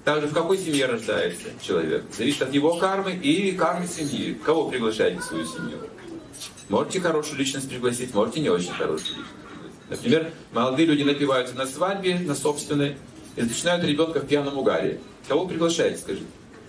Также в какой семье рождается человек. Зависит от его кармы и кармы семьи. Кого приглашаете в свою семью? Можете хорошую личность пригласить, можете не очень хорошую личность. Например, молодые люди напиваются на свадьбе, на собственной, и начинают ребенка в пьяном угаре. Кого приглашаете, скажите?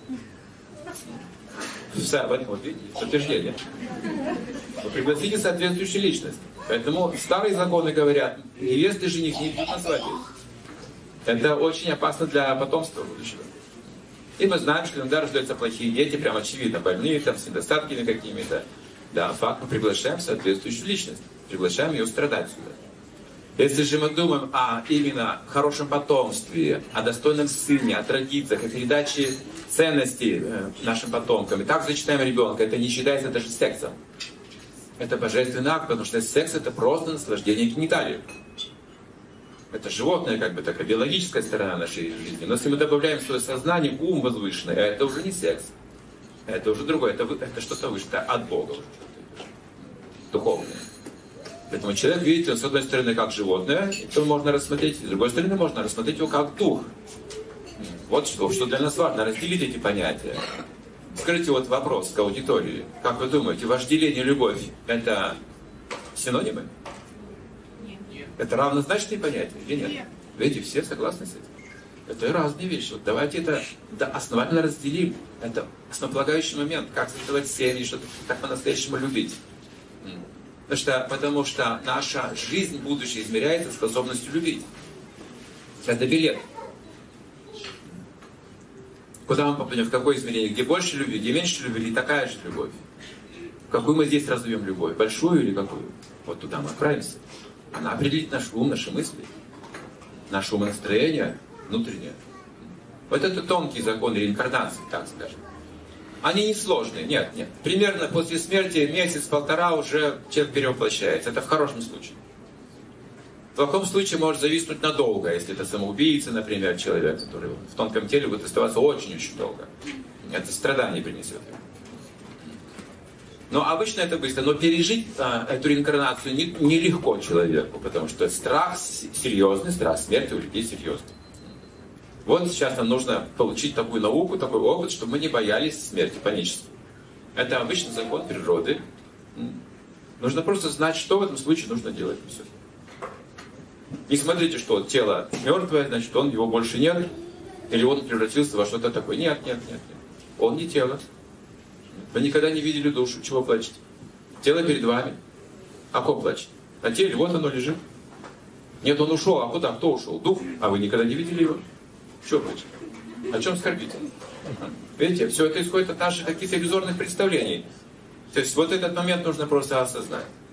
Вот видите, подтверждение. Вы пригласите соответствующую личность. Поэтому старые законы говорят, невесты и жених не пьют на свадьбе. Это очень опасно для потомства будущего. И мы знаем, что иногда рождаются плохие дети, прям очевидно, больные, там, с недостатками какими-то. Да, факт, мы приглашаем соответствующую личность. Приглашаем ее страдать сюда. Если же мы думаем о именно хорошем потомстве, о достойном сыне, о традициях, о передаче ценностей нашим потомкам, и так зачитаем ребенка, это не считается даже сексом. Это божественный акт, потому что секс — это просто наслаждение гениталией. Это животное, как бы такая биологическая сторона нашей жизни. Но если мы добавляем в свое сознание ум возвышенный, это уже не секс. Это уже другое, это что-то выше, это от Бога уже что-то духовное. Поэтому человек, видите, с одной стороны как животное, то можно рассмотреть, с другой стороны можно рассмотреть его как дух. Вот что для нас важно, разделить эти понятия. Скажите вот вопрос к аудитории. Как вы думаете, вожделение и любовь — это синонимы? Нет. Это равнозначные понятия или нет? Нет. Видите, все согласны с этим? Это разные вещи. Вот давайте это основательно разделим. Это основополагающий момент, как создавать семьи, как по-настоящему любить. Потому что наша жизнь будущее измеряется способностью любить. Это билет. Куда мы попадем, в какое измерение? Где больше любви, где меньше любви, или такая же любовь? Какую мы здесь развьем любовь? Большую или какую? Вот туда мы отправимся. Она определит наш ум, наши мысли, наше умонастроение внутреннее. Вот это тонкие законы реинкарнации, так скажем. Они не сложные, нет. Примерно после смерти месяц-полтора уже человек перевоплощается. Это в хорошем случае. В плохом случае может зависнуть надолго, если это самоубийца, например, человек, который в тонком теле будет оставаться очень-очень долго. Это страдание принесет. Но обычно это быстро. Но пережить эту реинкарнацию нелегко человеку, потому что страх серьезный, страх смерти у людей серьезный. Вот сейчас нам нужно получить такую науку, такой опыт, чтобы мы не боялись смерти панически. Это обычный закон природы. Нужно просто знать, что в этом случае нужно делать. Все. Не смотрите, что тело мертвое, значит, его больше нет, или он превратился во что-то такое. Нет. Он не тело. Вы никогда не видели душу. Чего плачете? Тело перед вами. А кто плачет? А теле, вот оно лежит. Нет, он ушел. А куда? Кто ушел? Дух. А вы никогда не видели его? Что плачете? О чем скорбите? Видите, все это исходит от наших каких-то иллюзорных представлений. То есть вот этот момент нужно просто осознать.